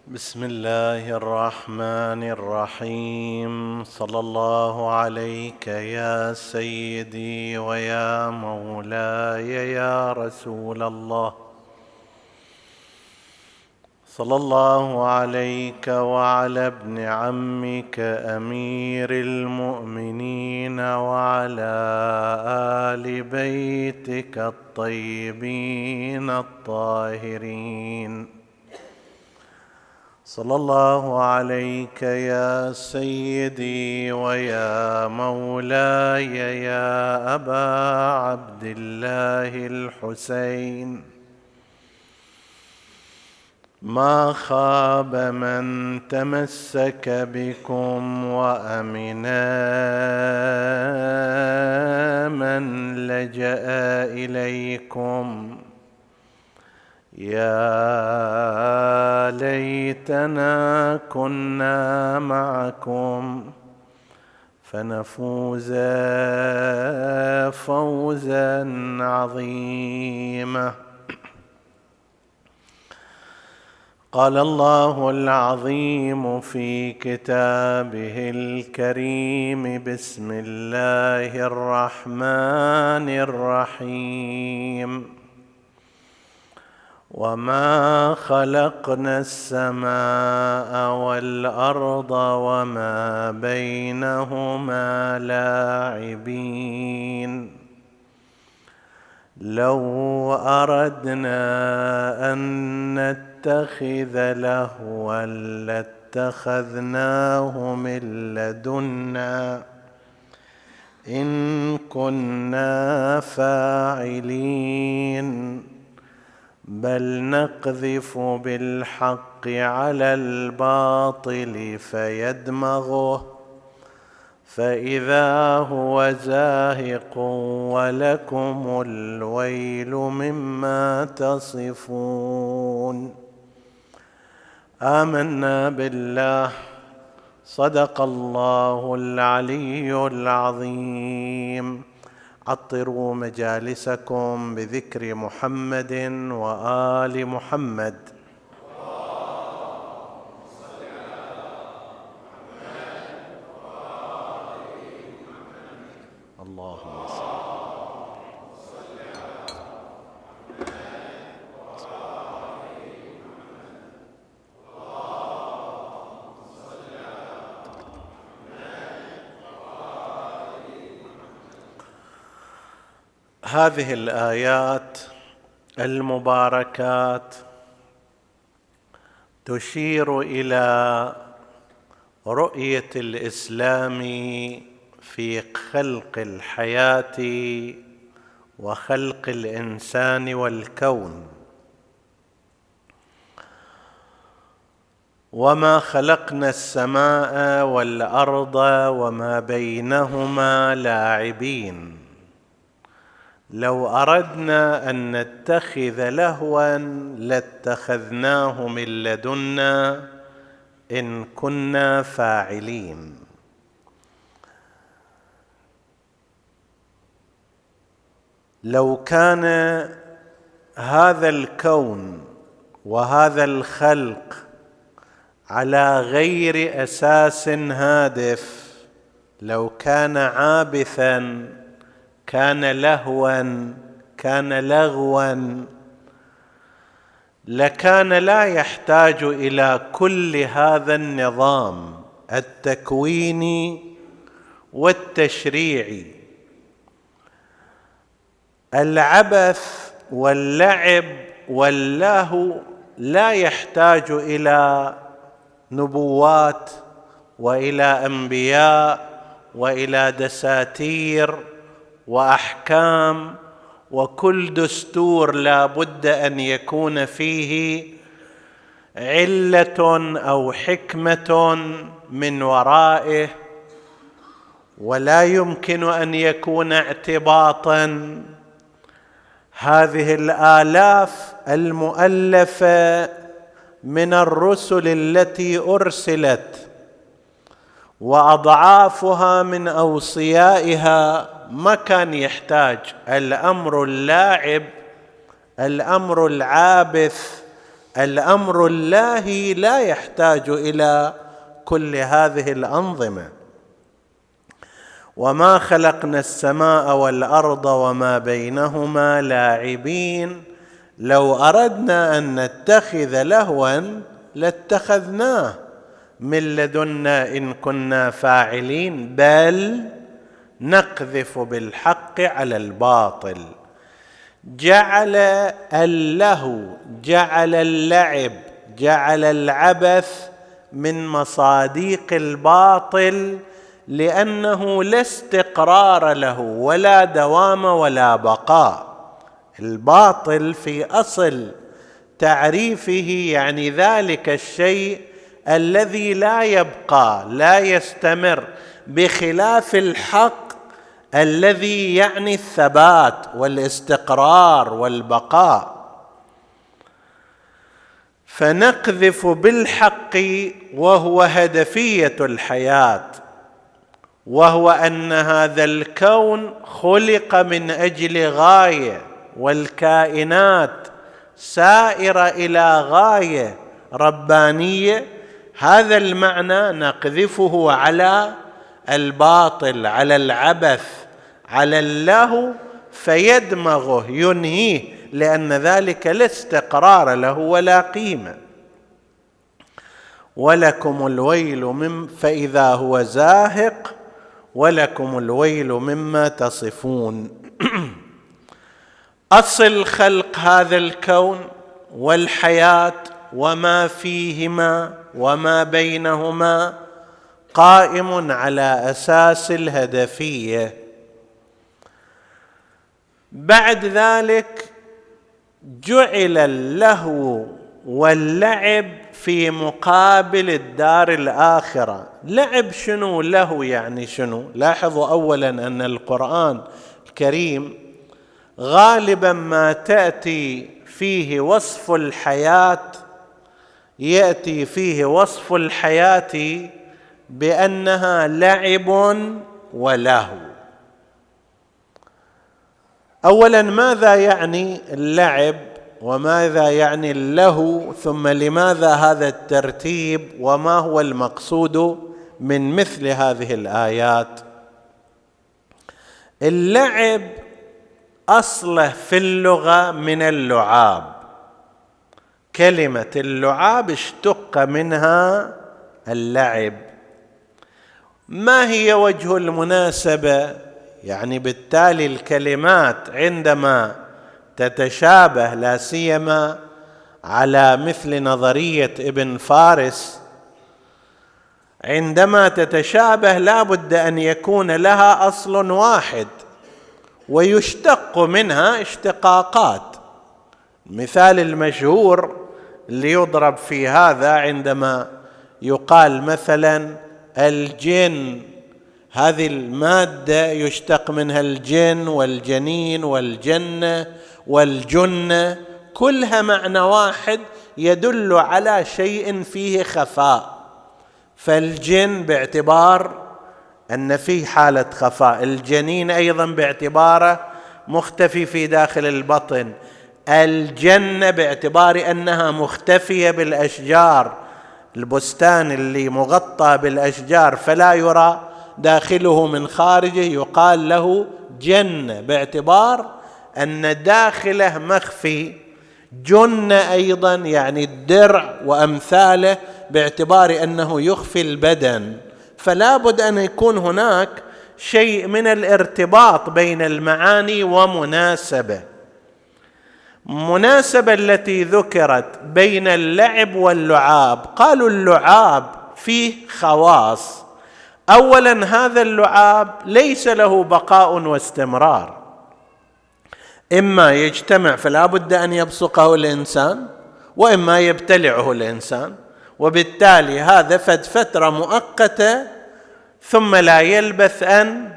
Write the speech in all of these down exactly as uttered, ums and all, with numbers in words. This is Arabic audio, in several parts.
بسم الله الرحمن الرحيم. صلى الله عليك يا سيدي ويا مولاي يا رسول الله. صلى الله عليك وعلى ابن عمك أمير المؤمنين وعلى آل بيتك الطيبين الطاهرين. صلى الله عليك يا سيدي ويا مولاي يا أبا عبد الله الحسين. ما خاب من تمسك بكم وأمنا من لجأ إليكم. يا ليتنا كنا معكم فنفوز فوزا عظيما. قال الله العظيم في كتابه الكريم: بسم الله الرحمن الرحيم. وما خلقنا السماء والأرض وما بينهما لاعبين. لو أردنا أن نتخذ لهوا لاتخذناه من لدنا إن كنا فاعلين. بل نقذف بالحق على الباطل فيدمغه فإذا هو زاهق ولكم الويل مما تصفون. آمنا بالله. صدق الله العلي العظيم. عطروا مجالسكم بذكر محمد وآل محمد. اللهم صل. هذه الآيات المباركات تشير إلى رؤية الإسلام في خلق الحياة وخلق الإنسان والكون. وما خلقنا السماء والأرض وما بينهما لاعبين. لو أردنا أن نتخذ لهوا لاتخذناه من لدنا إن كنا فاعلين. لو كان هذا الكون وهذا الخلق على غير أساس هادف، لو كان عابثا، كان لهوا، كان لغوا، لكان لا يحتاج إلى كل هذا النظام التكويني والتشريعي. العبث واللعب واللهو لا يحتاج إلى نبوات وإلى أنبياء وإلى دساتير وأحكام، وكل دستور لا بد أن يكون فيه علة أو حكمة من ورائه، ولا يمكن أن يكون اعتباطا. هذه الآلاف المؤلفة من الرسل التي أرسلت وأضعافها من أوصيائها ما كان يحتاج الأمر اللاعب، الأمر العابث الأمر اللهي لا يحتاج إلى كل هذه الأنظمة. وما خلقنا السماء والأرض وما بينهما لاعبين، لو أردنا أن نتخذ لهوا لاتخذناه من لدنا إن كنا فاعلين، بل نقذف بالحق على الباطل. جعل اللهو، جعل اللعب، جعل العبث من مصاديق الباطل، لأنه لا استقرار له ولا دوام ولا بقاء. الباطل في أصل تعريفه يعني ذلك الشيء الذي لا يبقى، لا يستمر، بخلاف الحق الذي يعني الثبات والاستقرار والبقاء. فنقذف بالحق وهو هدفية الحياة، وهو أن هذا الكون خلق من أجل غاية، والكائنات سائرة إلى غاية ربانية. هذا المعنى نقذفه على الباطل، على العبث، على اللهو، فيدمغه، ينهيه، لأن ذلك لا استقرار له ولا قيمة. ولكم الويل مم فإذا هو زاهق، ولكم الويل مما تصفون. أصل خلق هذا الكون والحياة وما فيهما وما بينهما قائم على أساس الهدفية. بعد ذلك جعل اللهو واللعب في مقابل الدار الآخرة. لعب شنو؟ لهو يعني شنو؟ لاحظوا أولا أن القرآن الكريم غالبا ما تأتي فيه وصف الحياة، يأتي فيه وصف الحياة بأنها لعب ولهو. أولا ماذا يعني اللعب وماذا يعني اللهو، ثم لماذا هذا الترتيب، وما هو المقصود من مثل هذه الآيات؟ اللعب أصله في اللغة من اللعاب. كلمة اللعاب اشتق منها اللعب. ما هي وجه المناسبة؟ يعني بالتالي الكلمات عندما تتشابه، لا سيما على مثل نظرية ابن فارس، عندما تتشابه لا بد أن يكون لها أصل واحد ويشتق منها اشتقاقات. المثال المشهور اللي يضرب في هذا عندما يقال مثلا الجن، هذه المادة يشتق منها الجن والجنين والجنة والجنة، كلها معنى واحد يدل على شيء فيه خفاء. فالجن باعتبار أن فيه حالة خفاء، الجنين أيضا باعتباره مختفي في داخل البطن، الجنة باعتبار أنها مختفية بالأشجار، البستان اللي مغطى بالأشجار فلا يرى داخله من خارجه يقال له جنة باعتبار أن داخله مخفي. جنة أيضا يعني الدرع وأمثاله باعتبار أنه يخفي البدن. فلا بد أن يكون هناك شيء من الارتباط بين المعاني ومناسبة. مناسبة التي ذكرت بين اللعب واللعاب، قالوا اللعاب فيه خواص. أولا هذا اللعاب ليس له بقاء واستمرار، إما يجتمع فلا بد أن يبصقه الإنسان، وإما يبتلعه الإنسان، وبالتالي هذا فد فترة مؤقتة ثم لا يلبث أن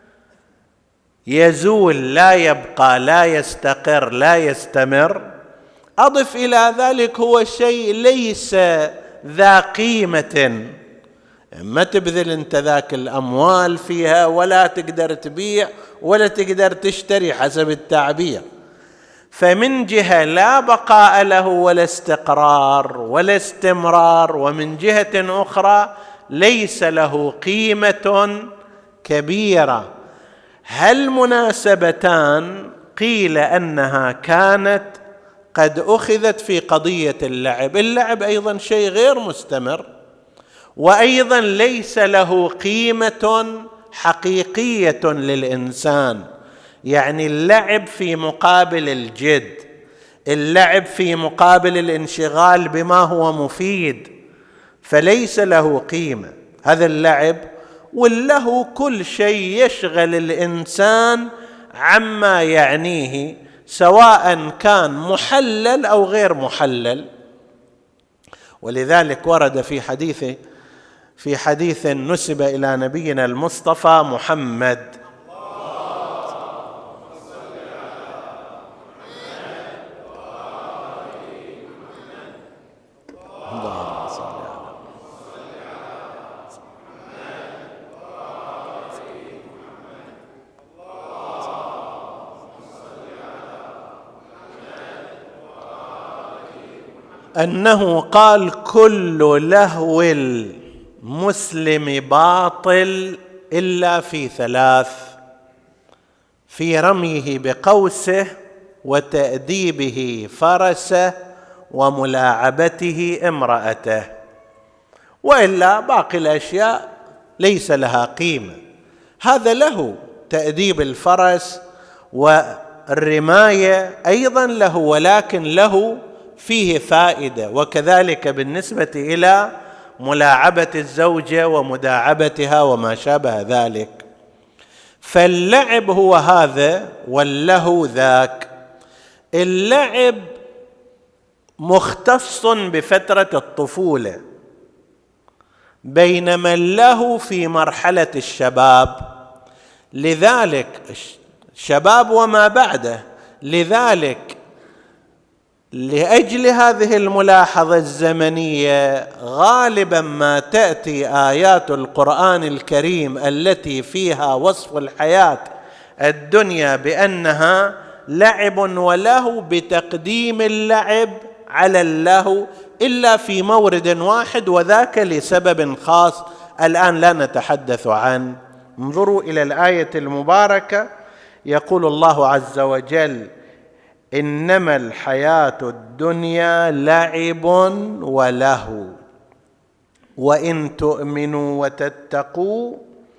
يزول، لا يبقى، لا يستقر، لا يستمر. أضف إلى ذلك هو شيء ليس ذا قيمة، ما تبذل انت ذاك الأموال فيها ولا تقدر تبيع ولا تقدر تشتري حسب التعبير. فمن جهة لا بقاء له ولا استقرار ولا استمرار، ومن جهة أخرى ليس له قيمة كبيرة. هالمناسبتان قيل أنها كانت قد أخذت في قضية اللعب. اللعب أيضا شيء غير مستمر، وأيضا ليس له قيمة حقيقية للإنسان. يعني اللعب في مقابل الجد، اللعب في مقابل الانشغال بما هو مفيد، فليس له قيمة هذا اللعب. واللهو كل شيء يشغل الإنسان عما يعنيه، سواء كان محلل أو غير محلل. ولذلك ورد في حديث في حديث نسب إلى نبينا المصطفى محمد أنه قال: كل لهو المسلم باطل إلا في ثلاث: في رميه بقوسه، وتأديبه فرسه، وملاعبته امرأته. وإلا باقي الأشياء ليس لها قيمة. هذا له تأديب الفرس والرماية أيضا له، ولكن له فيه فائدة. وكذلك بالنسبة إلى ملاعبة الزوجة ومداعبتها وما شابه ذلك. فاللعب هو هذا واللهو ذاك. اللعب مختص بفترة الطفولة، بينما اللهو في مرحلة الشباب، لذلك الشباب وما بعده. لذلك لأجل هذه الملاحظة الزمنية غالبا ما تأتي آيات القرآن الكريم التي فيها وصف الحياة الدنيا بأنها لعب ولهو بتقديم اللعب على اللهو، إلا في مورد واحد، وذاك لسبب خاص الآن لا نتحدث عنه. انظروا إلى الآية المباركة، يقول الله عز وجل: إنما الحياة الدنيا لعب ولهو وإن تؤمنوا وتتقوا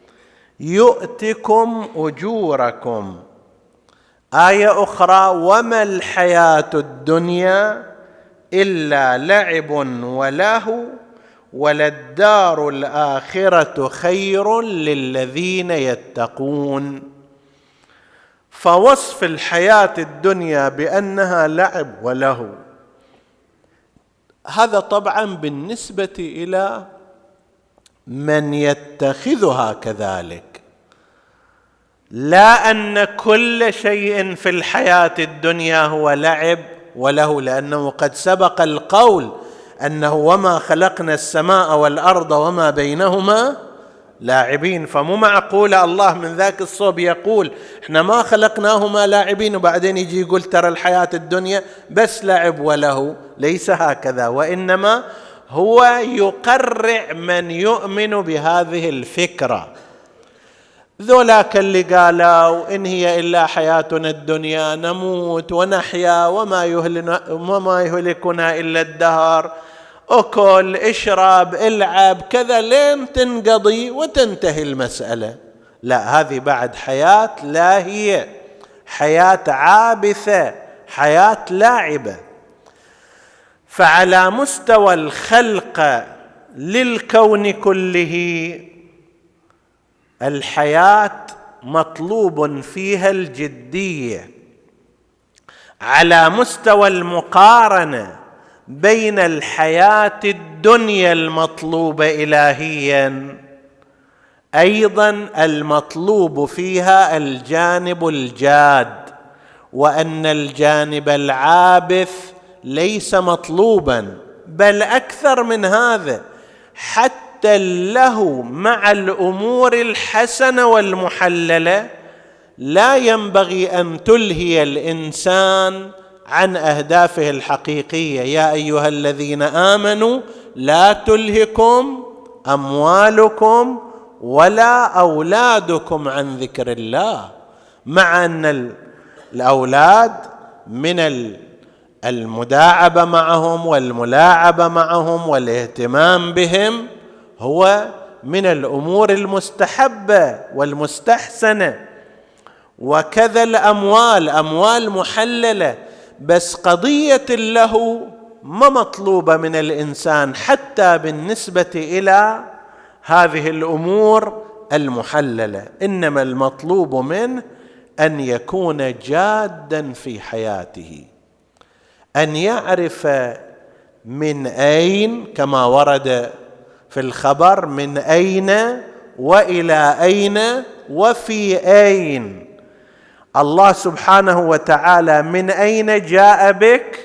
يؤتكم أجوركم. آية أخرى: وما الحياة الدنيا إلا لعب ولهو وللدار الآخرة خير للذين يتقون. فوصف الحياة الدنيا بأنها لعب ولهو، هذا طبعا بالنسبة إلى من يتخذها كذلك، لا أن كل شيء في الحياة الدنيا هو لعب وله، لأنه قد سبق القول أنه وما خلقنا السماء والأرض وما بينهما لاعبين. فمو معقول الله من ذاك الصوب يقول احنا ما خلقناهما لاعبين وبعدين يجي يقول ترى الحياة الدنيا بس لعب وله. ليس هكذا، وإنما هو يقرع من يؤمن بهذه الفكرة. ذولاك اللي قالوا إن هي إلا حياتنا الدنيا نموت ونحيا وما يهلنا وما يهلكنا إلا الدهر، أكل اشرب العب كذا لين تنقضي وتنتهي المسألة. لا، هذه بعد حياة لا هي حياة عابثة، حياة لاعبة. فعلى مستوى الخلق للكون كله الحياة مطلوب فيها الجدية. على مستوى المقارنة بين الحياة الدنيا المطلوبة إلهيا، أيضا المطلوب فيها الجانب الجاد، وأن الجانب العابث ليس مطلوبا، بل أكثر من هذا، حتى اللهو مع الأمور الحسنة والمحللة لا ينبغي أن تلهي الإنسان عن أهدافه الحقيقية. يا أيها الذين آمنوا لا تلهكم أموالكم ولا أولادكم عن ذكر الله، مع أن الأولاد من المداعبة معهم والملاعبة معهم والاهتمام بهم هو من الأمور المستحبة والمستحسنة، وكذا الأموال أموال محللة، بس قضية له ما مطلوبة من الإنسان حتى بالنسبة إلى هذه الأمور المحللة، إنما المطلوب منه أن يكون جاداً في حياته، أن يعرف من أين، كما ورد في الخبر، من أين وإلى أين وفي أين. الله سبحانه وتعالى من أين جاء بك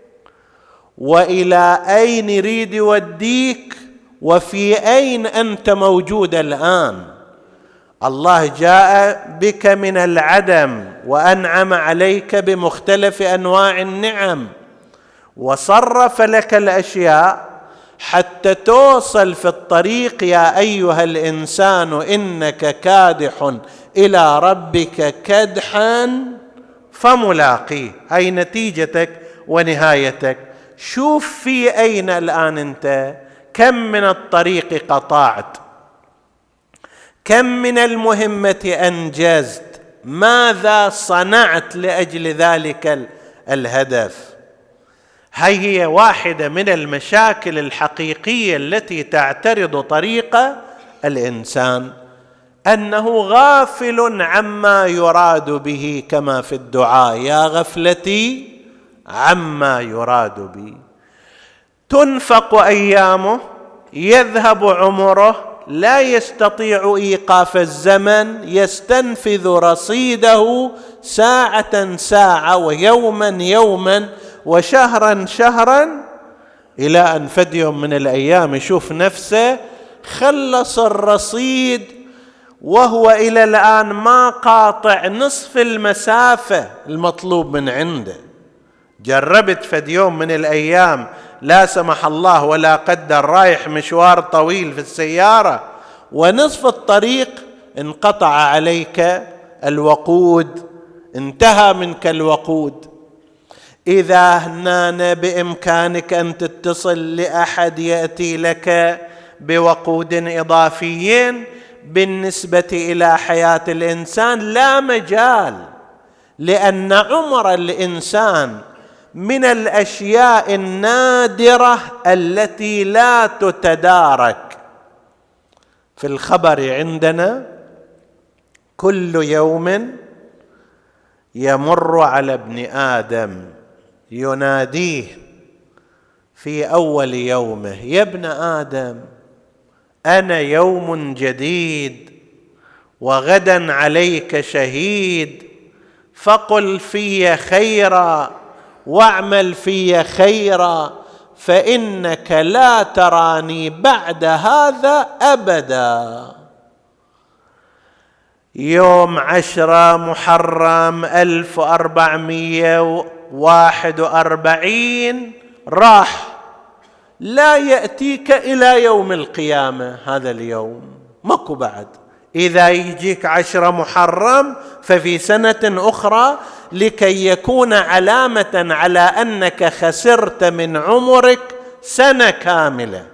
وإلى أين يريد يوديك وفي أين أنت موجود الآن. الله جاء بك من العدم وأنعم عليك بمختلف أنواع النعم وصرف لك الأشياء حتى توصل في الطريق. يا أيها الإنسان إنك كادح إلى ربك كدحا فملاقيه، هاي نتيجتك ونهايتك. شوف في أين الآن أنت، كم من الطريق قطعت، كم من المهمة أنجزت، ماذا صنعت لأجل ذلك الهدف. هاي هي واحدة من المشاكل الحقيقية التي تعترض طريق الإنسان، أنه غافل عما يراد به، كما في الدعاء: يا غفلتي عما يراد به. تنفق أيامه، يذهب عمره، لا يستطيع إيقاف الزمن، يستنفذ رصيده ساعة ساعة ويوما يوما وشهرا شهرا، إلى أن فد يوم من الأيام يشوف نفسه خلص الرصيد وهو إلى الآن ما قاطع نصف المسافة المطلوب من عنده. جربت فد يوم من الأيام لا سمح الله ولا قدر رايح مشوار طويل في السيارة ونصف الطريق انقطع عليك الوقود، انتهى منك الوقود. إذا هنا بإمكانك أن تتصل لأحد يأتي لك بوقود إضافيين، بالنسبة إلى حياة الإنسان لا مجال، لأن عمر الإنسان من الأشياء النادرة التي لا تتدارك. في الخبر عندنا: كل يوم يمر على ابن آدم يناديه في أول يومه: يا ابن آدم أنا يوم جديد وغدا عليك شهيد، فقل في خيرا واعمل في خيرا، فإنك لا تراني بعد هذا أبدا. يوم عشرة محرم ألف وأربعمائة وواحد وأربعين راح، لا يأتيك إلى يوم القيامة. هذا اليوم ماكو بعد. إذا يجيك عشرة محرم ففي سنة أخرى، لكي يكون علامة على أنك خسرت من عمرك سنة كاملة،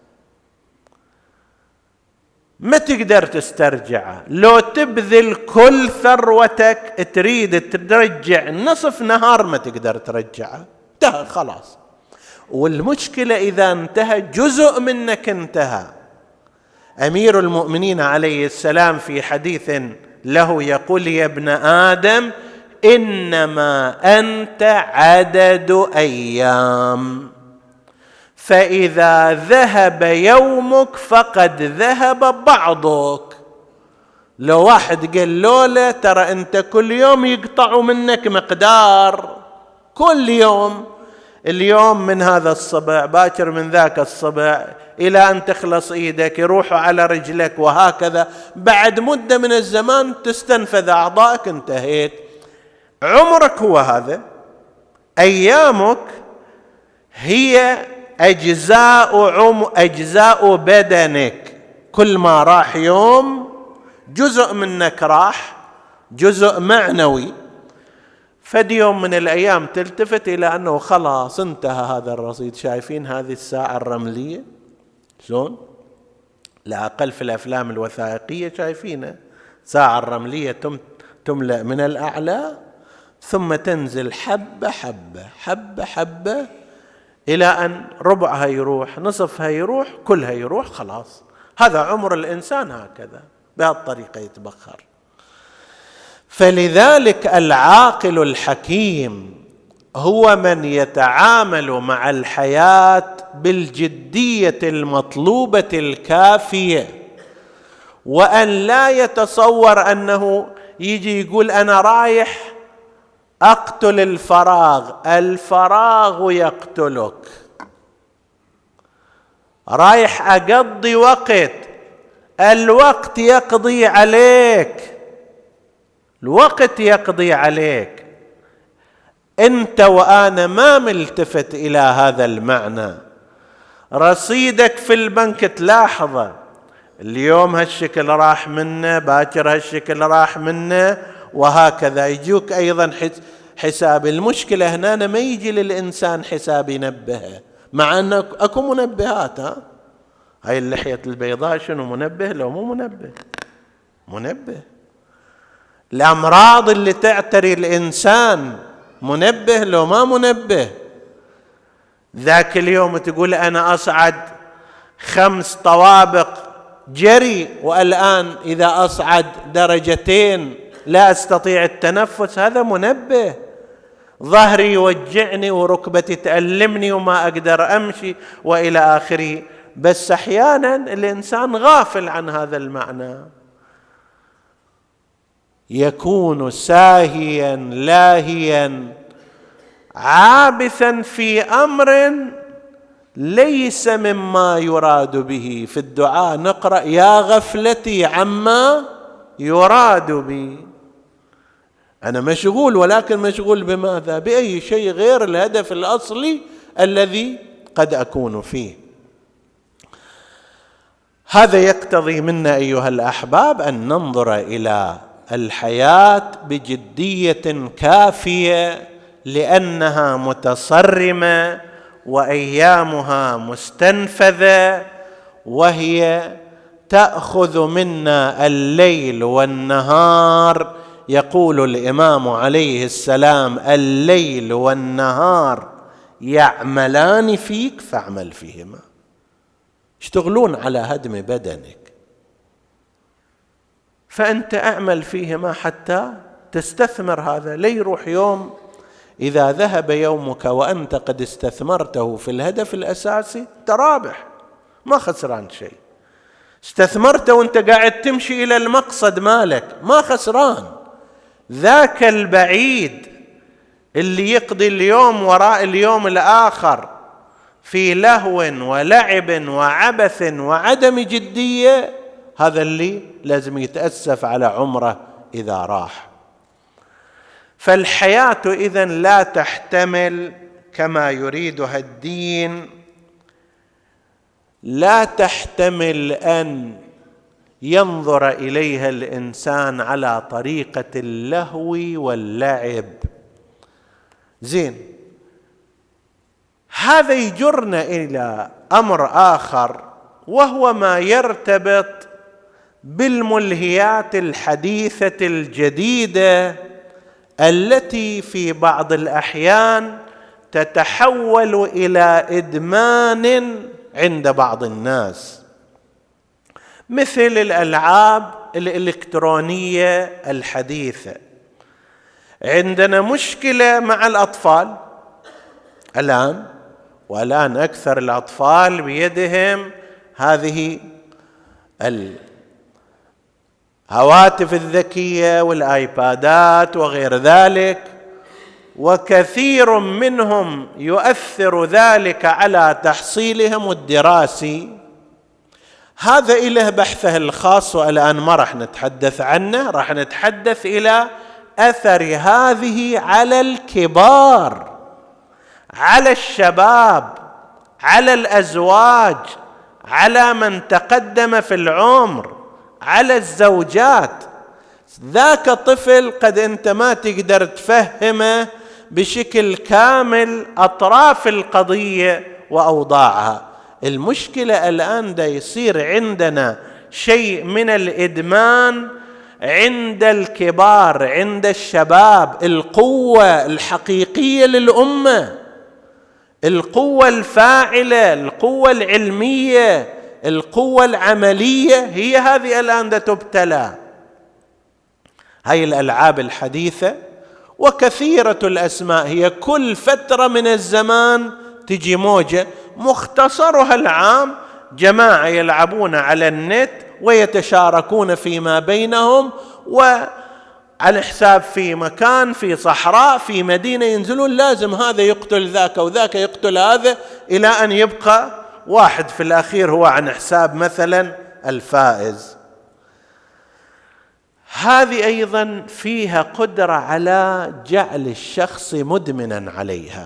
ما تقدر تسترجعه. لو تبذل كل ثروتك تريد ترجع نصف نهار ما تقدر ترجعه، انتهى خلاص. والمشكلة إذا انتهى جزء منك انتهى. أمير المؤمنين عليه السلام في حديث له يقول: يا ابن آدم إنما أنت عدد أيام، فإذا ذهب يومك فقد ذهب بعضك. لو واحد قال له ترى أنت كل يوم يقطع منك مقدار، كل يوم اليوم من هذا الصبع، باكر من ذاك الصبع، إلى أن تخلص إيدك، يروحوا على رجلك، وهكذا. بعد مدة من الزمان تستنفذ أعضائك، انتهيت. عمرك هو هذا، أيامك هي أجزاء عم أجزاء بدنك. كل ما راح يوم جزء منك راح، جزء معنوي. فدي يوم من الأيام تلتفت إلى أنه خلاص انتهى هذا الرصيد. شايفين هذه الساعة الرملية شلون؟ لا أقل في الأفلام الوثائقية شايفينها، ساعة الرملية تملأ من الأعلى ثم تنزل حبة حبة حبة حبة إلى أن ربعها يروح، نصفها يروح، كلها يروح، خلاص. هذا عمر الإنسان هكذا، بهالطريقة يتبخر. فلذلك العاقل الحكيم هو من يتعامل مع الحياة بالجدية المطلوبة الكافية، وأن لا يتصور أنه يجي يقول أنا رايح أقتل الفراغ. الفراغ يقتلك. رايح أقضي وقت، الوقت يقضي عليك، الوقت يقضي عليك. أنت وأنا ما ملتفت إلى هذا المعنى. رصيدك في البنك تلاحظه، اليوم هالشكل راح منه، باكر هالشكل راح منه، وهكذا. يجوك أيضا حساب. المشكلة هنا ما يجي للإنسان حساب ينبهه، مع أن أكو منبهات. ها هاي اللحية البيضاء شنو منبه؟ لو مو منبه، منبه. الأمراض اللي تعتري الإنسان منبه لو ما منبه. ذاك اليوم تقول أنا أصعد خمس طوابق جري، والآن إذا أصعد درجتين لا أستطيع التنفس، هذا منبه. ظهري يوجعني وركبتي تألمني وما أقدر أمشي وإلى آخره. بس أحيانا الإنسان غافل عن هذا المعنى، يكون ساهيا لاهيا عابثا في أمر ليس مما يراد به. في الدعاء نقرأ يا غفلتي عما يراد بي. أنا مشغول، ولكن مشغول بماذا؟ بأي شيء غير الهدف الأصلي الذي قد أكون فيه. هذا يقتضي منا أيها الأحباب أن ننظر إلى الحياة بجدية كافية، لأنها متصرمة وأيامها مستنفذة، وهي تأخذ منا الليل والنهار. يقول الإمام عليه السلام الليل والنهار يعملان فيك فاعمل فيهما. يشتغلون على هدم بدنك، فأنت أعمل فيهما حتى تستثمر هذا. لا يروح يوم إذا ذهب يومك وأنت قد استثمرته في الهدف الأساسي ترابح، ما خسران شيء. استثمرته وأنت قاعد تمشي إلى المقصد مالك، ما خسران. ذاك البعيد اللي يقضي اليوم وراء اليوم الآخر في لهو ولعب وعبث وعدم جدية، هذا اللي لازم يتأسف على عمره إذا راح. فالحياة إذن لا تحتمل كما يريدها الدين، لا تحتمل أن ينظر إليها الإنسان على طريقة اللهو واللعب. زين، هذا يجرنا إلى أمر آخر، وهو ما يرتبط بالملهيات الحديثة الجديدة التي في بعض الأحيان تتحول إلى إدمان عند بعض الناس، مثل الألعاب الإلكترونية الحديثة. عندنا مشكلة مع الأطفال الآن، والآن أكثر الأطفال بيدهم هذه الهواتف الذكية والآيبادات وغير ذلك، وكثير منهم يؤثر ذلك على تحصيلهم الدراسي. هذا إله بحثه الخاص، والآن ما راح نتحدث عنه، راح نتحدث إلى أثر هذه على الكبار، على الشباب، على الأزواج، على من تقدم في العمر، على الزوجات. ذاك طفل قد أنت ما تقدر تفهمه بشكل كامل أطراف القضية وأوضاعها. المشكلة الآن دا يصير عندنا شيء من الإدمان عند الكبار، عند الشباب. القوة الحقيقية للأمة، القوة الفاعلة، القوة العلمية، القوة العملية، هي هذه الآن دا تبتلى. هاي الألعاب الحديثة وكثيرة الأسماء، هي كل فترة من الزمان تجي موجة. مختصرها العام جماعة يلعبون على النت ويتشاركون فيما بينهم، وعلى حساب في مكان، في صحراء، في مدينة، ينزلون لازم هذا يقتل ذاك وذاك يقتل هذا، إلى أن يبقى واحد في الأخير هو عن حساب مثلا الفائز. هذه أيضا فيها قدرة على جعل الشخص مدمنا عليها.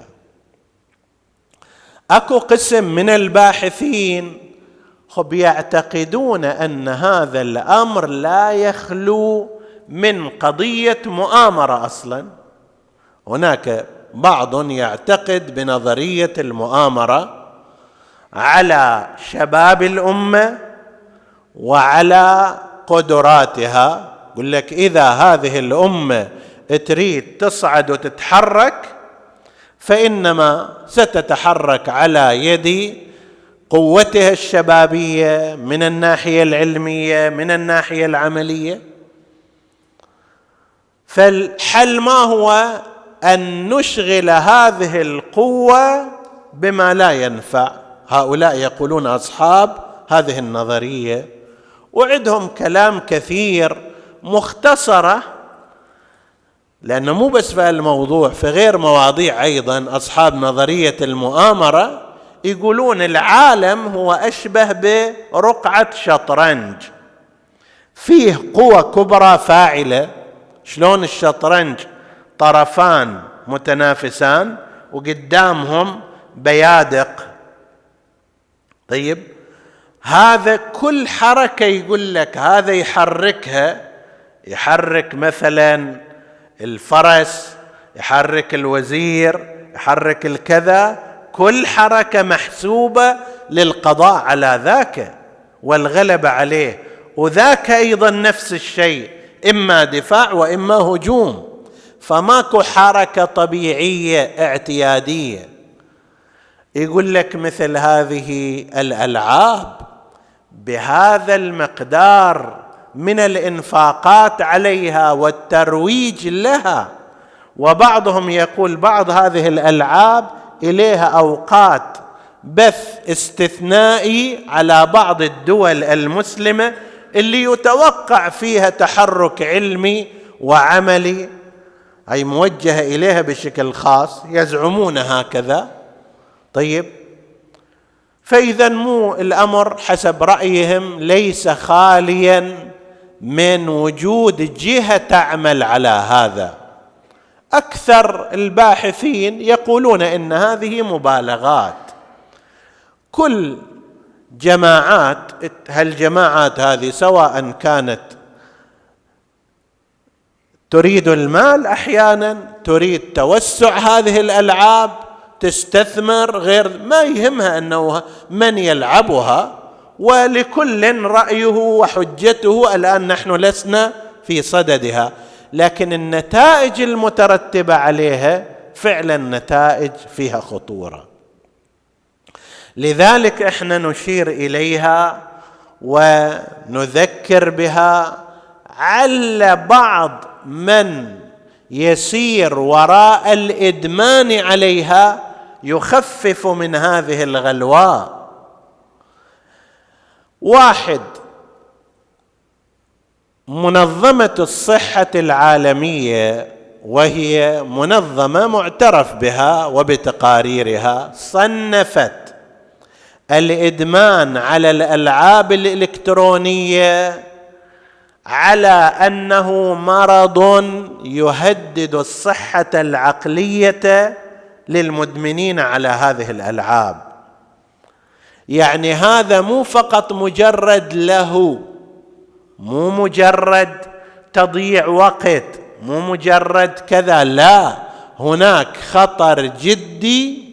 أكو قسم من الباحثين خب يعتقدون أن هذا الأمر لا يخلو من قضية مؤامرة أصلا. هناك بعض يعتقد بنظرية المؤامرة على شباب الأمة وعلى قدراتها. يقول لك إذا هذه الأمة تريد تصعد وتتحرك فإنما ستتحرك على يد قوتها الشبابية من الناحية العلمية، من الناحية العملية. فالحل ما هو أن نشغل هذه القوة بما لا ينفع. هؤلاء يقولون أصحاب هذه النظرية، وعندهم كلام كثير مختصرة، لأنه مو بس في الموضوع، في غير مواضيع أيضا. أصحاب نظرية المؤامرة يقولون العالم هو أشبه برقعة شطرنج، فيه قوة كبرى فاعلة. شلون الشطرنج طرفان متنافسان وقدامهم بيادق. طيب هذا كل حركة يقول لك هذا يحركها، يحرك مثلا الفرس، يحرك الوزير، يحرك الكذا، كل حركة محسوبة للقضاء على ذاك والغلبة عليه. وذاك أيضا نفس الشيء، إما دفاع وإما هجوم. فماكو حركة طبيعية اعتيادية. يقول لك مثل هذه الألعاب بهذا المقدار من الإنفاقات عليها والترويج لها، وبعضهم يقول بعض هذه الألعاب إليها أوقات بث استثنائي على بعض الدول المسلمة اللي يتوقع فيها تحرك علمي وعملي، أي موجهة إليها بشكل خاص، يزعمون هكذا. طيب فإذا مو الأمر حسب رأيهم ليس خاليا من وجود جهة تعمل على هذا. أكثر الباحثين يقولون إن هذه مبالغات. كل جماعات، هالجماعات هذه سواء كانت تريد المال، أحيانا تريد توسع هذه الألعاب، تستثمر، غير ما يهمها أنه من يلعبها، ولكل رأيه وحجته. الآن نحن لسنا في صددها، لكن النتائج المترتبة عليها فعلا نتائج فيها خطورة. لذلك احنا نشير إليها ونذكر بها، عل بعض من يسير وراء الإدمان عليها يخفف من هذه الغلواء. واحد، منظمة الصحة العالمية وهي منظمة معترف بها وبتقاريرها، صنفت الإدمان على الألعاب الإلكترونية على أنه مرض يهدد الصحة العقلية للمدمنين على هذه الألعاب. يعني هذا مو فقط مجرد له، مو مجرد تضييع وقت، مو مجرد كذا، لا، هناك خطر جدي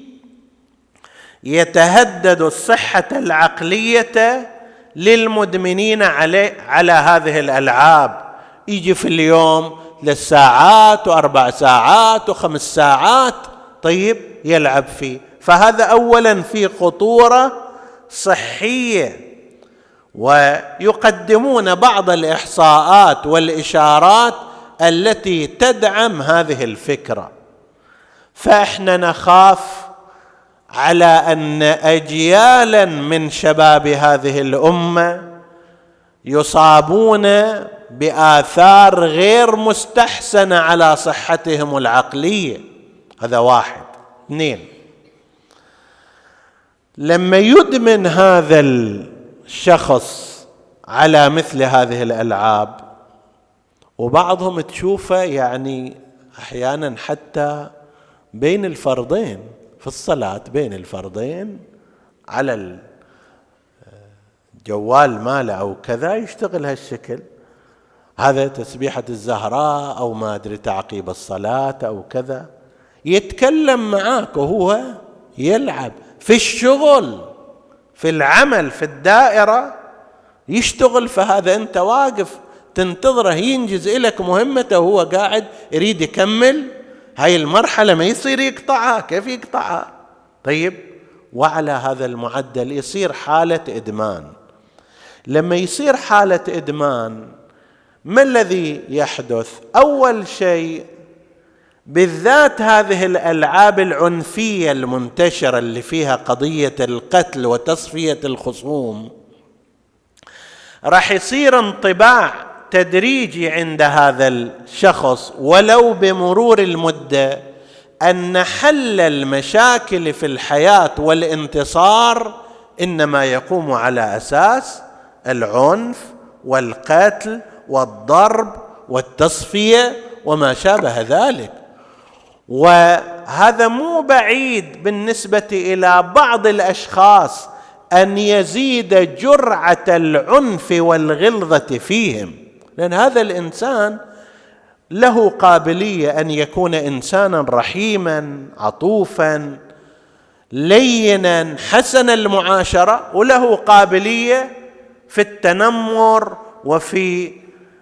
يتهدد الصحة العقلية للمدمنين على على هذه الألعاب. يجي في اليوم للساعات وأربع ساعات وخمس ساعات، طيب يلعب فيه. فهذا أولا في خطورة صحية. ويقدمون بعض الإحصاءات والإشارات التي تدعم هذه الفكرة. فإحنا نخاف على أن أجيالا من شباب هذه الأمة يصابون بآثار غير مستحسنة على صحتهم العقلية. هذا واحد. اثنين، لما يدمن هذا الشخص على مثل هذه الألعاب، وبعضهم تشوفه يعني أحيانا حتى بين الفرضين في الصلاة، بين الفرضين على الجوال ماله أو كذا يشتغل هالشكل، هذا تسبيحة الزهراء أو ما أدري تعقيب الصلاة أو كذا، يتكلم معاك وهو يلعب في الشغل، في العمل، في الدائرة يشتغل. فهذا أنت واقف تنتظره ينجز إليك مهمته وهو قاعد يريد يكمل هاي المرحلة، ما يصير يقطعها. كيف يقطعها؟ طيب، وعلى هذا المعدل يصير حالة إدمان. لما يصير حالة إدمان، ما الذي يحدث؟ أول شيء، بالذات هذه الألعاب العنفية المنتشرة اللي فيها قضية القتل وتصفية الخصوم، راح يصير انطباع تدريجي عند هذا الشخص ولو بمرور المدة أن حل المشاكل في الحياة والانتصار إنما يقوم على أساس العنف والقتل والضرب والتصفية وما شابه ذلك. وهذا مو بعيد بالنسبة إلى بعض الأشخاص أن يزيد جرعة العنف والغلظة فيهم، لأن هذا الإنسان له قابلية أن يكون إنسانا رحيما عطوفا لينا حسن المعاشرة، وله قابلية في التنمر وفي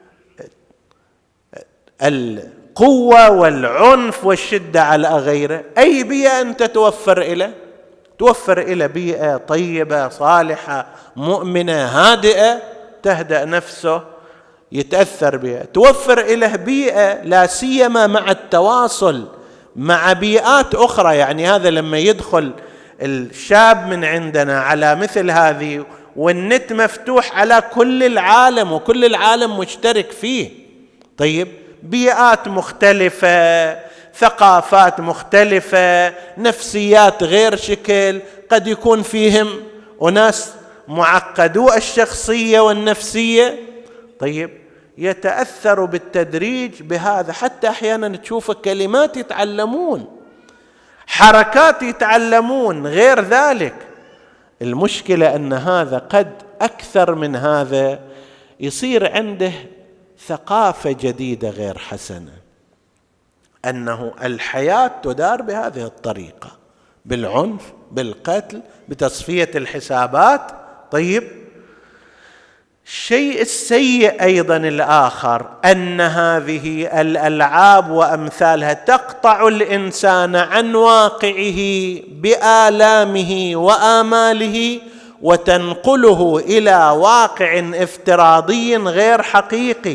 القوة والعنف والشدة على غيره. أي بيئة أنت توفر إليه؟ توفر إلى بيئة طيبة صالحة مؤمنة هادئة تهدأ نفسه يتأثر بها. توفر إليه بيئة لا سيما مع التواصل مع بيئات أخرى. يعني هذا لما يدخل الشاب من عندنا على مثل هذه والنت مفتوح على كل العالم وكل العالم مشترك فيه، طيب بيئات مختلفة، ثقافات مختلفة، نفسيات غير شكل، قد يكون فيهم أناس معقدو الشخصية والنفسية، طيب يتأثر بالتدريج بهذا. حتى أحيانا تشوف كلمات يتعلمون، حركات يتعلمون، غير ذلك. المشكلة أن هذا قد أكثر من هذا يصير عنده ثقافة جديدة غير حسنة، أنه الحياة تدار بهذه الطريقة، بالعنف، بالقتل، بتصفية الحسابات. طيب الشيء السيء أيضا الآخر أن هذه الألعاب وأمثالها تقطع الإنسان عن واقعه بآلامه وآماله وتنقله إلى واقع افتراضي غير حقيقي،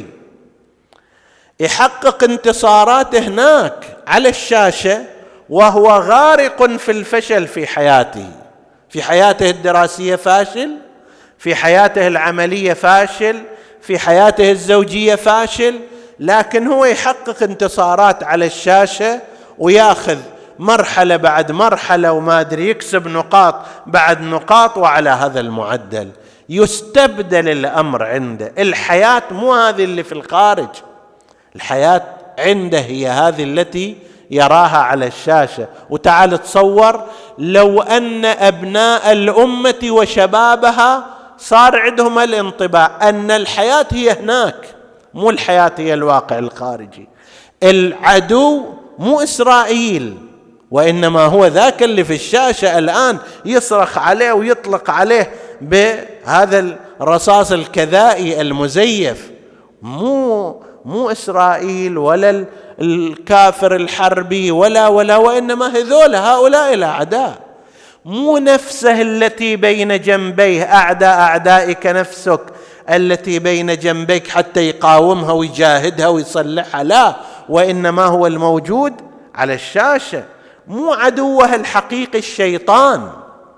يحقق انتصارات هناك على الشاشة وهو غارق في الفشل في حياته. في حياته الدراسية فاشل، في حياته العملية فاشل، في حياته الزوجية فاشل، لكن هو يحقق انتصارات على الشاشة وياخذ مرحلة بعد مرحلة وما أدري يكسب نقاط بعد نقاط، وعلى هذا المعدل يستبدل الأمر عنده. الحياة مو هذه اللي في الخارج، الحياة عنده هي هذه التي يراها على الشاشة. وتعال تصور لو أن أبناء الأمة وشبابها صار عندهم الانطباع أن الحياة هي هناك، مو الحياة هي الواقع الخارجي. العدو مو إسرائيل، وإنما هو ذاك اللي في الشاشة الآن يصرخ عليه ويطلق عليه بهذا الرصاص الكذائي المزيف. مو مو إسرائيل ولا الكافر الحربي ولا ولا وإنما هذول هؤلاء الأعداء. مو نفسه التي بين جنبيه، أعداء أعدائك نفسك التي بين جنبيك حتى يقاومها ويجاهدها ويصلحها، لا، وإنما هو الموجود على الشاشة. مو عدوه الحقيقي الشيطان،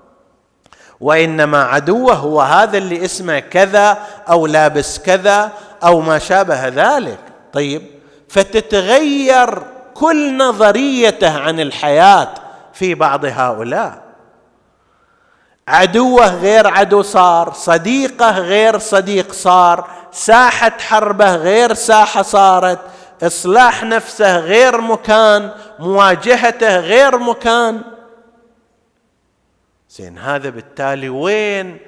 وإنما عدوه هو هذا اللي اسمه كذا أو لابس كذا أو ما شابه ذلك. طيب، فتتغير كل نظريته عن الحياة في بعض هؤلاء. عدوه غير عدو صار، صديقه غير صديق صار، ساحة حربه غير ساحة صارت، إصلاح نفسه غير مكان، مواجهته غير مكان. زين، هذا بالتالي وين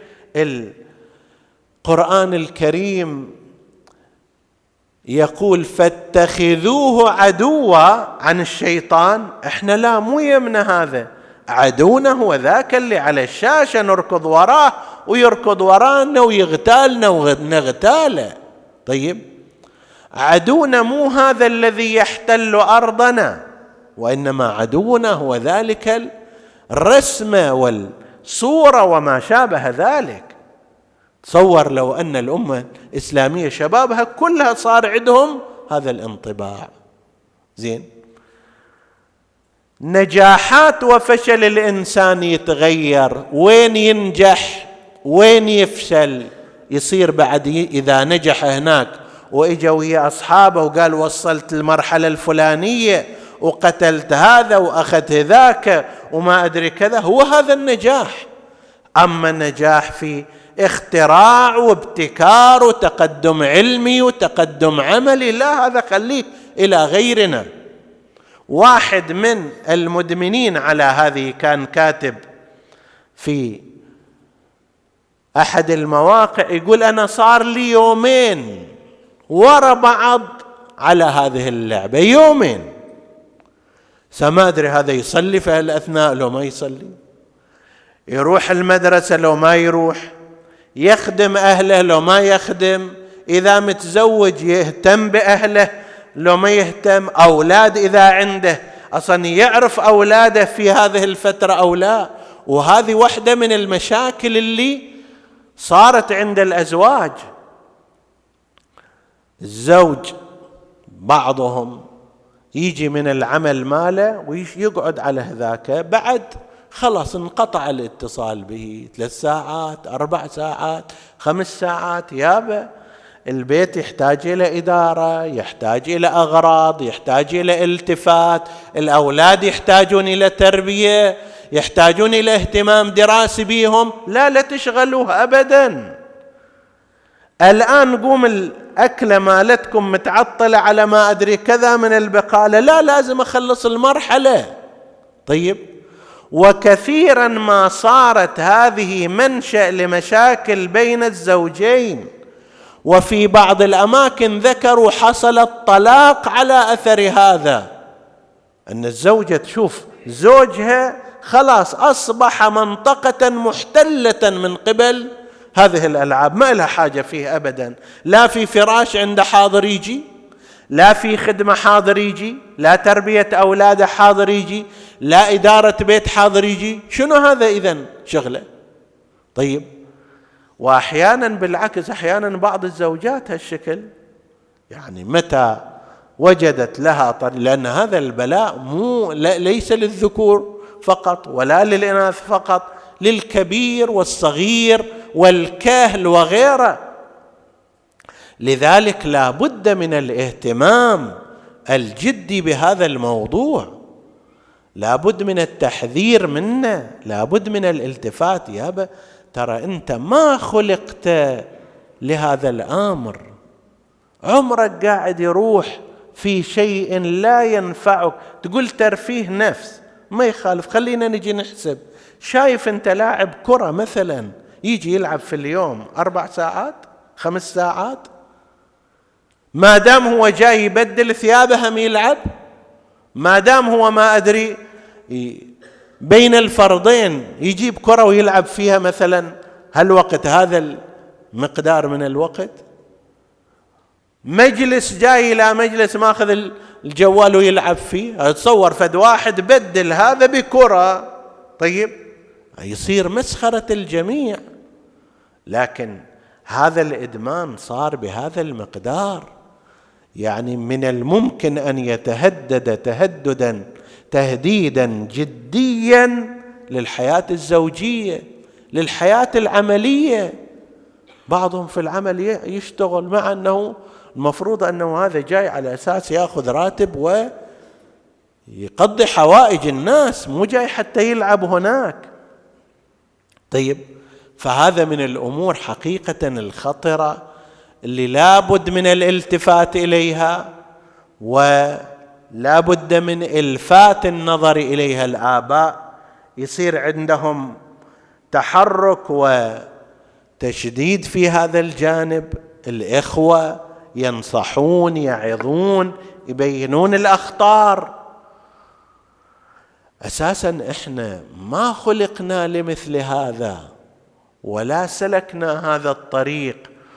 القرآن الكريم يقول فاتخذوه عدوا عن الشيطان؟ احنا لا، مو يمنا هذا. عدونا هو ذاك اللي على الشاشة نركض وراه ويركض ورانا ويغتالنا ونغتاله. طيب، عدونا مو هذا الذي يحتل أرضنا، وإنما عدونا هو ذلك الرسمة والصورة وما شابه ذلك. تصور لو أن الأمة الإسلامية شبابها كلها صار عندهم هذا الانطباع. زين، نجاحات وفشل الإنسان يتغير، وين ينجح وين يفشل. يصير بعد إذا نجح هناك وإجا ويا أصحابه وقال وصلت المرحلة الفلانية وقتلت هذا وأخذت ذاك وما أدري كذا، هو هذا النجاح. أما النجاح في اختراع وابتكار وتقدم علمي وتقدم عملي، لا، هذا خليه إلى غيرنا. واحد من المدمنين على هذه كان كاتب في أحد المواقع يقول أنا صار لي يومين ورا بعض على هذه اللعبة، يومين. سما أدري هذا يصلي في هالأثناء لو ما يصلي، يروح المدرسة لو ما يروح، يخدم أهله لو ما يخدم، إذا متزوج يهتم بأهله لو ما يهتم، أولاد إذا عنده أصلا يعرف أولاده في هذه الفترة أو لا. وهذه واحدة من المشاكل اللي صارت عند الأزواج. الزوج بعضهم يجي من العمل ماله ويقعد على هذاك، بعد خلاص انقطع الاتصال به ثلاث ساعات أربع ساعات خمس ساعات. يابا، البيت يحتاج إلى إدارة، يحتاج إلى أغراض، يحتاج إلى التفات، الأولاد يحتاجون إلى تربية، يحتاجون إلى اهتمام دراسي بهم. لا لا تشغلوه أبدا. الآن قوم الأكلة مالتكم متعطلة على ما أدري كذا من البقالة، لا، لازم أخلص المرحلة. طيب، وكثيرا ما صارت هذه منشأ لمشاكل بين الزوجين، وفي بعض الأماكن ذكروا حصل الطلاق على أثر هذا، أن الزوجة تشوف زوجها خلاص أصبح منطقة محتلة من قبل هذه الألعاب، ما لها حاجة فيه أبدا، لا في فراش عنده حاضر يجي، لا في خدمة حاضر يجي، لا تربية أولاده حاضر يجي، لا إدارة بيت حاضر يجي. شنو هذا إذن شغله؟ طيب، وأحيانا بالعكس، أحيانا بعض الزوجات هالشكل، يعني متى وجدت لها طريق، لأن هذا البلاء مو ليس للذكور فقط ولا للإناث فقط، للكبير والصغير والكاهل وغيره. لذلك لا بد من الاهتمام الجدي بهذا الموضوع، لا بد من التحذير منه، لا بد من الالتفات. يابا ترى أنت ما خلقت لهذا الأمر، عمرك قاعد يروح في شيء لا ينفعك. تقول ترفيه نفس، ما يخالف، خلينا نجي نحسب. شايف أنت لاعب كرة مثلا يجي يلعب في اليوم أربع ساعات خمس ساعات، ما دام هو جاي يبدل ثيابه هم يلعب، ما دام هو ما أدري بين الفرضين يجيب كرة ويلعب فيها مثلا هالوقت، هذا المقدار من الوقت. مجلس جاي إلى مجلس ماخذ الجوال ويلعب فيه، تصور فد واحد بدل هذا بكرة، طيب يصير مسخرة الجميع. لكن هذا الإدمان صار بهذا المقدار، يعني من الممكن أن يتهدد تهددا تهديدا جديا للحياة الزوجية، للحياة العملية. بعضهم في العمل يشتغل مع أنه المفروض أنه هذا جاي على أساس يأخذ راتب ويقضي حوائج الناس، مو جاي حتى يلعب هناك. طيب فهذا من الأمور حقيقة الخطرة اللي لا بد من الالتفات إليها، ولا بد من إلفات النظر إليها. الآباء يصير عندهم تحرك وتشديد في هذا الجانب، الإخوة ينصحون يعظون يبينون الأخطار. أساسا إحنا ما خلقنا لمثل هذا ولا سلكنا هذا الطريق،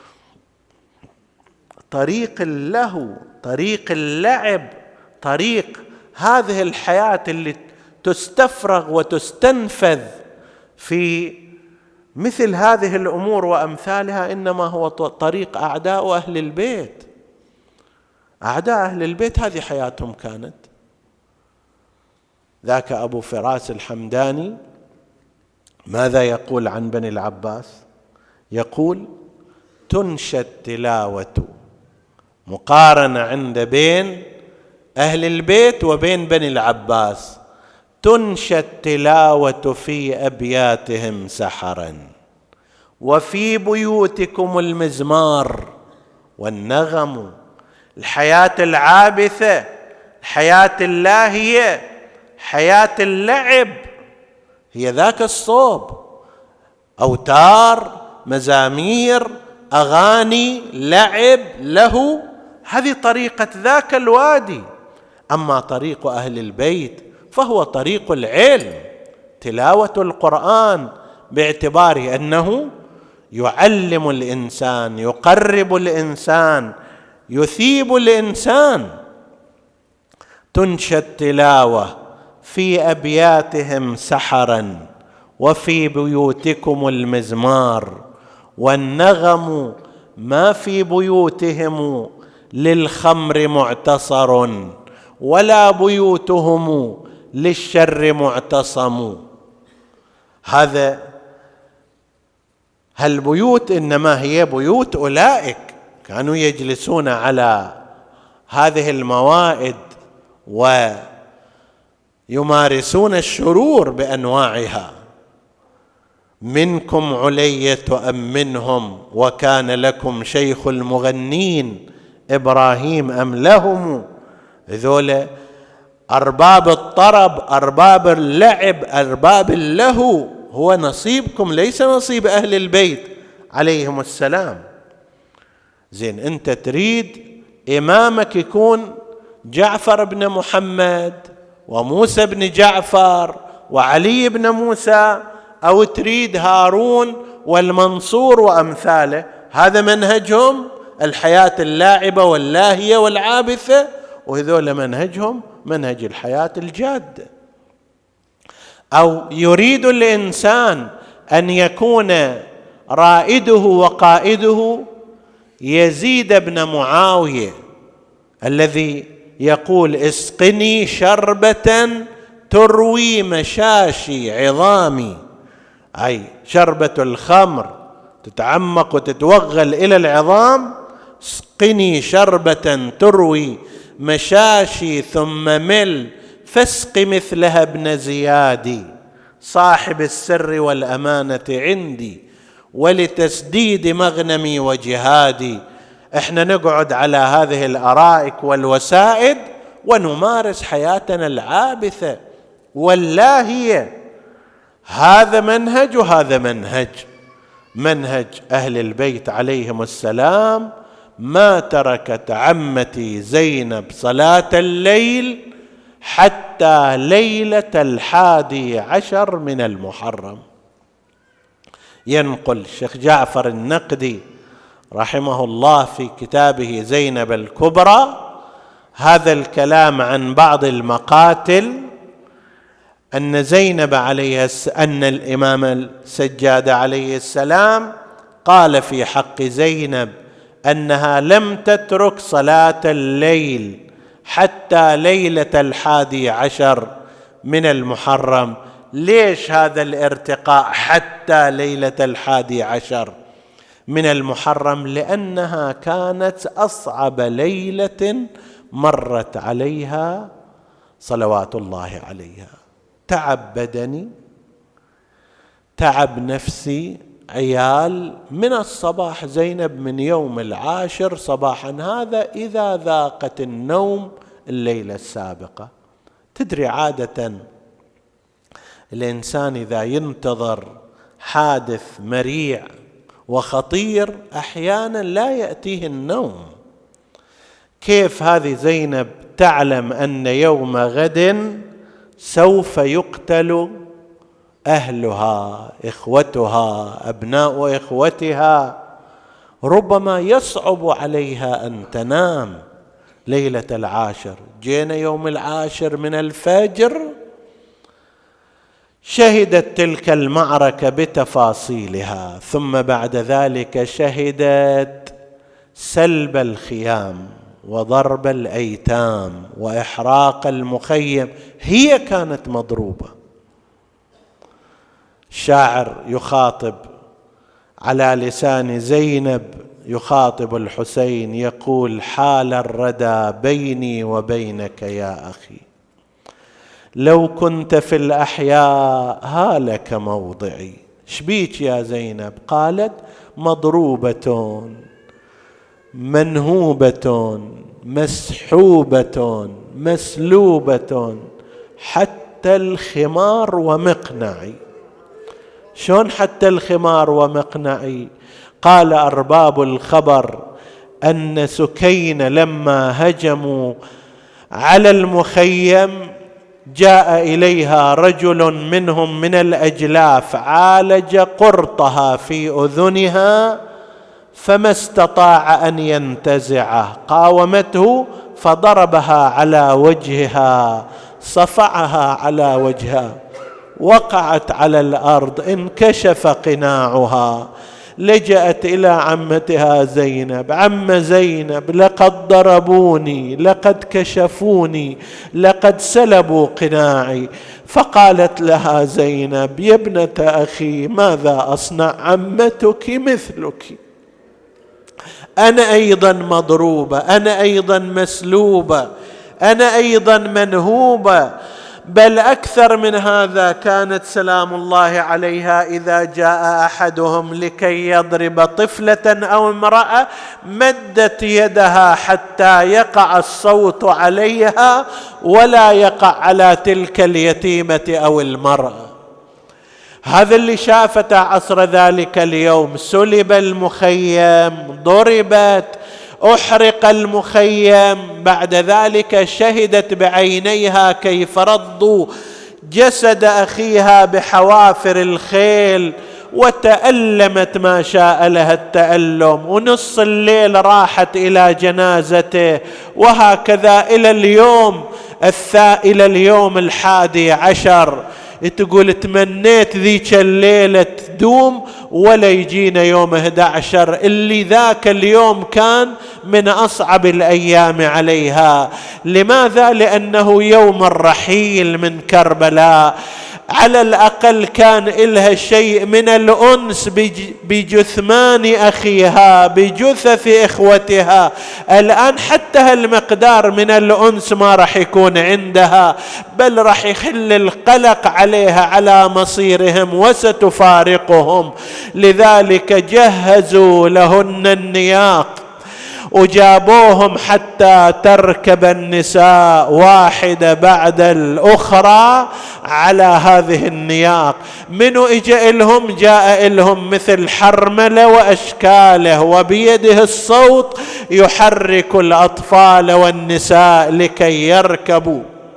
طريق اللهو، طريق اللعب، طريق هذه الحياة اللي تستفرغ وتستنفذ في مثل هذه الأمور وأمثالها، إنما هو طريق أعداء أهل البيت. أعداء أهل البيت هذه حياتهم كانت. ذاك أبو فراس الحمداني ماذا يقول عن بني العباس؟ يقول تنشى التلاوة، مقارنة عند بين أهل البيت وبين بني العباس، تنشى التلاوة في أبياتهم سحرا، وفي بيوتكم المزمار والنغم. الحياة العابثة، الحياة اللاهية، حياة اللعب هي ذاك الصوب، أوتار، مزامير، أغاني، لعب، له، هذه طريقة ذاك الوادي. أما طريق أهل البيت فهو طريق العلم، تلاوة القرآن، باعتبار أنه يعلم الإنسان، يقرب الإنسان، يثيب الإنسان. تنشى التلاوة في أبياتهم سحرا، وفي بيوتكم المزمار والنغم، ما في بيوتهم للخمر معتصر، ولا بيوتهم للشر معتصم. هذا هالبيوت إنما هي بيوت أولئك كانوا يجلسون على هذه الموائد ويمارسون الشرور بأنواعها. منكم علية أم منهم، وكان لكم شيخ المغنين إبراهيم أم لهم. ذولا أرباب الطرب، أرباب اللعب، أرباب اللهو، هو نصيبكم ليس نصيب أهل البيت عليهم السلام. زين، أنت تريد إمامك يكون جعفر بن محمد وموسى بن جعفر وعلي بن موسى، أو تريد هارون والمنصور وأمثاله؟ هذا منهجهم، الحياة اللاعبة واللاهية والعابثة، وهذول منهجهم منهج الحياة الجادة. أو يريد الإنسان أن يكون رائده وقائده يزيد بن معاوية الذي يقول اسقني شربة تروي مشاشي عظامي، أي شربة الخمر تتعمق وتتوغل إلى العظام، اسقني شربة تروي مشاشي ثم مل فاسق مثلها ابن زيادي صاحب السر والأمانة عندي ولتسديد مغنمي وجهادي. احنا نقعد على هذه الأرائك والوسائد ونمارس حياتنا العابثة واللاهية. هذا منهج وهذا منهج. منهج أهل البيت عليهم السلام ما تركت عمتي زينب صلاة الليل حتى ليلة الحادي عشر من المحرم. ينقل الشيخ جعفر النقدي رحمه الله في كتابه زينب الكبرى هذا الكلام عن بعض المقاتل، أن زينب عليه أن الإمام السجاد عليه السلام قال في حق زينب أنها لم تترك صلاة الليل حتى ليلة الحادي عشر من المحرم. ليش هذا الارتقاء حتى ليلة الحادي عشر من المحرم؟ لأنها كانت أصعب ليلة مرت عليها صلوات الله عليها. تعب بدني، تعب نفسي، عيال من الصباح. زينب من يوم العاشر صباحا هذا إذا ذاقت النوم الليلة السابقة. تدري عادة الإنسان إذا ينتظر حادث مريع وخطير أحيانا لا يأتيه النوم. كيف هذه زينب تعلم أن يوم غد سوف يقتل أهلها، إخوتها، أبناء إخوتها، ربما يصعب عليها أن تنام ليلة العاشر. جينا يوم العاشر من الفجر شهدت تلك المعركة بتفاصيلها، ثم بعد ذلك شهدت سلب الخيام وضرب الأيتام وإحراق المخيم. هي كانت مضروبة. الشاعر يخاطب على لسان زينب، يخاطب الحسين يقول: حال الردى بيني وبينك يا أخي، لو كنت في الأحياء هالك موضعي. شبيك يا زينب؟ قالت: مضروبة منهوبة مسحوبة مسلوبة حتى الخمار ومقنعي. شون حتى الخمار ومقنعي؟ قال أرباب الخبر أن سكين لما هجموا على المخيم جاء إليها رجل منهم من الأجلاف عالج قرطها في أذنها فما استطاع أن ينتزعه، قاومته فضربها على وجهها، صفعها على وجهها، وقعت على الأرض، انكشف قناعها، لجأت إلى عمتها زينب: عم زينب، لقد ضربوني، لقد كشفوني، لقد سلبوا قناعي. فقالت لها زينب: يا ابنة أخي، ماذا أصنع؟ عمتك مثلك، أنا أيضا مضروبة، أنا أيضا مسلوبة، أنا أيضا منهوبة، بل أكثر من هذا. كانت سلام الله عليها إذا جاء أحدهم لكي يضرب طفلة أو امرأة مدت يدها حتى يقع الصوت عليها ولا يقع على تلك اليتيمة أو المرأة. هذا اللي شافته عصر ذلك اليوم. سلب المخيم، ضربت، أحرق المخيم، بعد ذلك شهدت بعينيها كيف ردوا جسد أخيها بحوافر الخيل، وتألمت ما شاء لها التألم، ونص الليل راحت إلى جنازته، وهكذا إلى اليوم الثا إلى اليوم الحادي عشر. تقول: تمنيت ذيك الليلة تدوم ولا يجينا يوم أحد عشر، اللي ذاك اليوم كان من أصعب الأيام عليها. لماذا؟ لأنه يوم الرحيل من كربلاء. على الأقل كان إلها شيء من الأنس بجثمان أخيها، بجثث إخوتها. الآن حتى هالمقدار من الأنس ما راح يكون عندها، بل راح يخل القلق عليها على مصيرهم وستفارقهم. لذلك جهزوا لهن النياق وجابوهم حتى تركب النساء واحدة بعد الأخرى على هذه النياق. منو إجا إلهم؟ جاء إلهم مثل حرملة وأشكاله، وبيده الصوت يحرك الأطفال والنساء لكي يركبوا.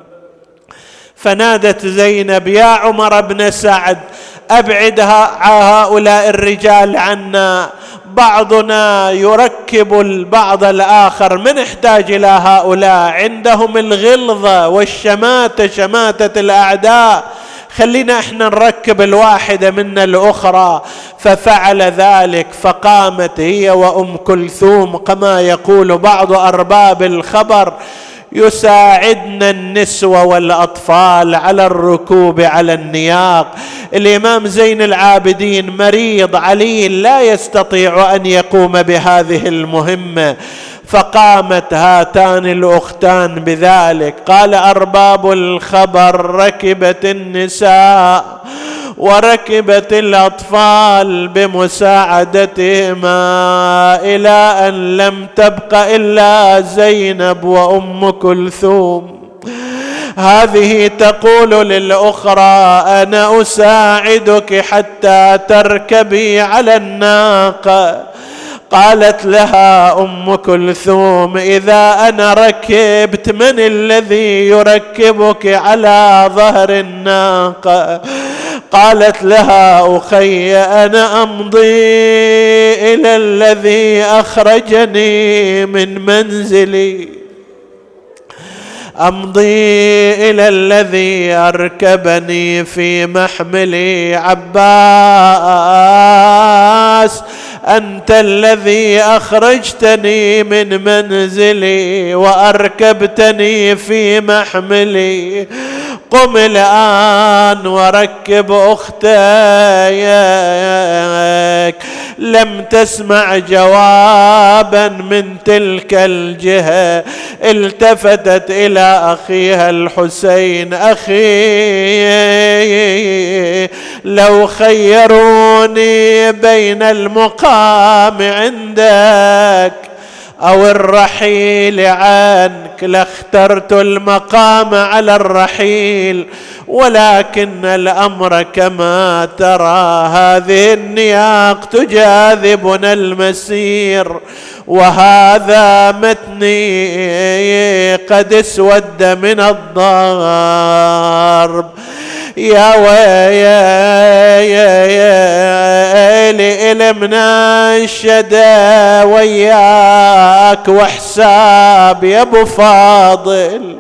فنادت زينب: يا عمر بن سعد، أبعد هؤلاء الرجال عنا، بعضنا يركب البعض الآخر، من احتاج إلى هؤلاء، عندهم الغلظة والشماتة، شماتة الأعداء، خلينا احنا نركب الواحدة منا الأخرى. ففعل ذلك، فقامت هي وأم كلثوم كما يقول بعض أرباب الخبر يساعدن النسوة والأطفال على الركوب على النياق. الإمام زين العابدين مريض عليل لا يستطيع أن يقوم بهذه المهمة، فقامت هاتان الأختان بذلك. قال أرباب الخبر: ركبت النساء وركبت الأطفال بمساعدتهما إلى أن لم تبق إلا زينب وأم كلثوم. هذه تقول للأخرى: أنا أساعدك حتى تركبي على الناقة. قالت لها أم كلثوم: إذا أنا ركبت، من الذي يركبك على ظهر الناقة؟ قالت لها: أخي، أنا أمضي إلى الذي أخرجني من منزلي، أمضي إلى الذي أركبني في محملي. عباس، أنت الذي أخرجتني من منزلي وأركبتني في محملي، قم الآن وركب أختك. لم تسمع جوابا من تلك الجهة، التفتت إلى أخيها الحسين: أخي، لو خيروني بين المقام عندك أو الرحيل عنك لاخترت المقام على الرحيل، ولكن الأمر كما ترى، هذه النياق تجاذبنا المسير، وهذا متني قد اسود من الضرب. يا ويلي إلمنا الشدا وياك وحساب يا أبو فاضل،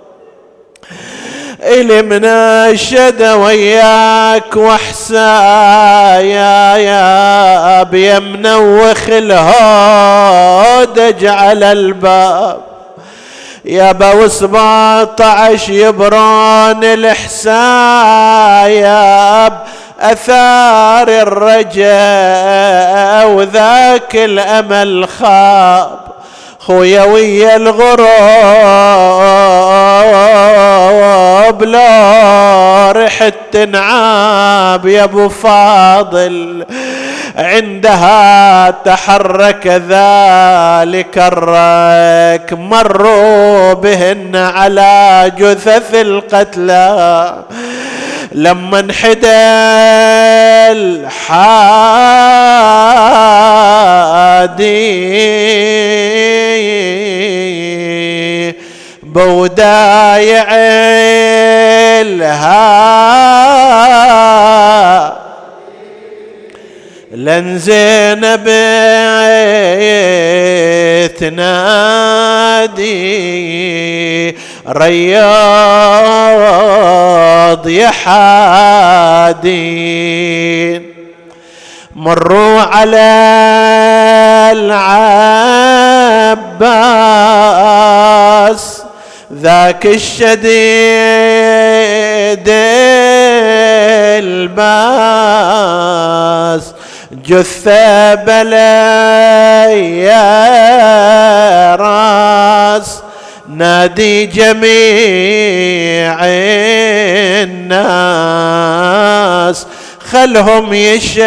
إلمنا الشدا وياك وحساب يا أبي منوخ الهود على الباب، يا بو سبعطعش يبرون الحسايب، أثار الرجاء وذاك الأمل خاب، خويا ويا الغروب لو رحت تنعاب يا ابو فاضل، عندها تحرك ذلك الرك، مروا بهن على جثث القتلى، لما انحدى الحادي بودايع الها لن زينب تنادي رياض يا حادين، مروا على العباس ذاك الشديد جثة بلا يا راس نادي جميع الناس خلهم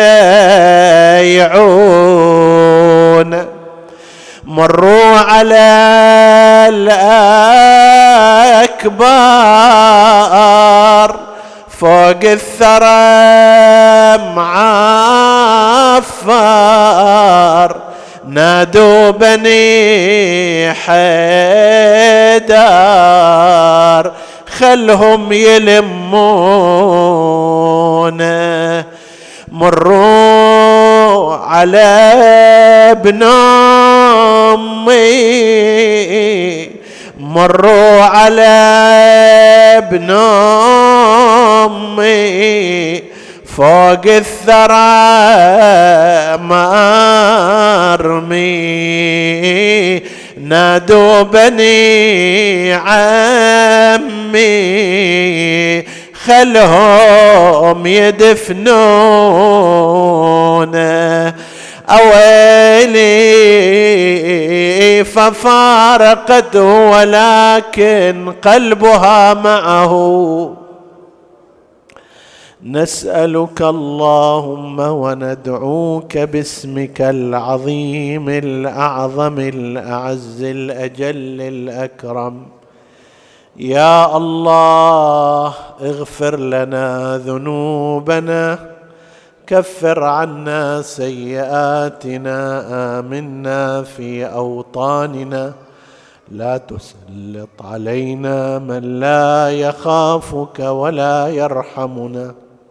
يشيعون. مروا على الأكبار فوق الثرى معفر نادوا بني حيدر خلهم يلمون. مروا على ابن أمي مروا على ابن أمي فوق الثرى مرمي نادوا بني عمي خلهم يدفنون. أويلي ففارقته ولكن قلبها معه. نسألك اللهم وندعوك باسمك العظيم الأعظم الأعز الأجل الأكرم. يا الله اغفر لنا ذنوبنا كفر عنا سيئاتنا آمنا في أوطاننا لا تسلط علينا من لا يخافك ولا يرحمنا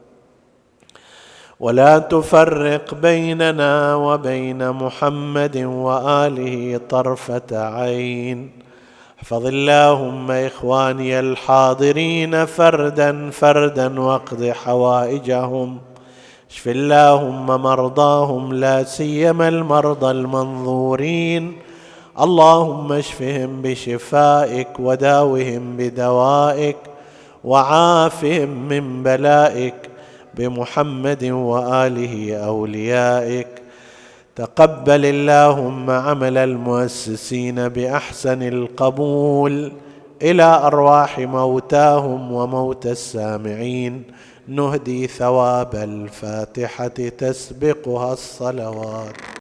ولا تفرق بيننا وبين محمد وآله طرفة عين. احفظ اللهم إخواني الحاضرين فردا فردا واقض حوائجهم. اشف اللهم مرضاهم لا سيما المرضى المنظورين. اللهم اشفهم بشفائك وداوهم بدوائك وعافهم من بلائك بمحمد وآله أوليائك. تقبل اللهم عمل المؤسسين بأحسن القبول إلى أرواح موتاهم وموتى السامعين. نهدي ثواب الفاتحة تسبقها الصلوات.